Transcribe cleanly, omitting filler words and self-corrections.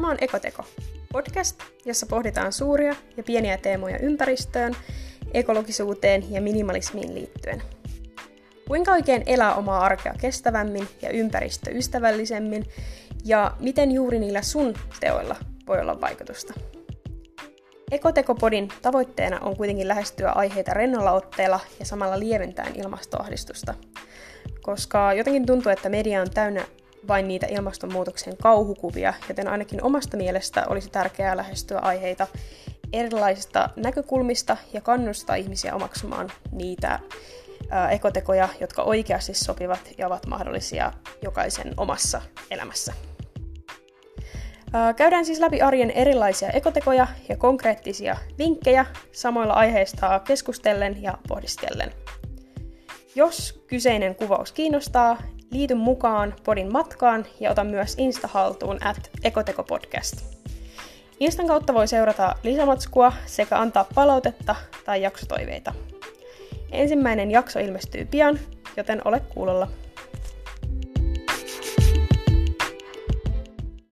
Tämä on Ekoteko, podcast, jossa pohditaan suuria ja pieniä teemoja ympäristöön, ekologisuuteen ja minimalismiin liittyen. Kuinka oikein elää omaa arkea kestävämmin ja ympäristöystävällisemmin, ja miten juuri niillä sun teoilla voi olla vaikutusta. Ekoteko-podin tavoitteena on kuitenkin lähestyä aiheita rennolla otteella ja samalla lieventäen ilmastoahdistusta, koska jotenkin tuntuu, että media on täynnä vain niitä ilmastonmuutoksen kauhukuvia, joten ainakin omasta mielestä olisi tärkeää lähestyä aiheita erilaisista näkökulmista ja kannustaa ihmisiä omaksumaan niitä ekotekoja, jotka oikeasti sopivat ja ovat mahdollisia jokaisen omassa elämässä. Käydään siis läpi arjen erilaisia ekotekoja ja konkreettisia vinkkejä samoilla aiheista keskustellen ja pohdiskellen. Jos kyseinen kuvaus kiinnostaa, liity mukaan podin matkaan ja ota myös Insta haltuun @ekotekopodcast. Instan kautta voi seurata lisämatskua sekä antaa palautetta tai jaksotoiveita. Ensimmäinen jakso ilmestyy pian, joten ole kuulolla.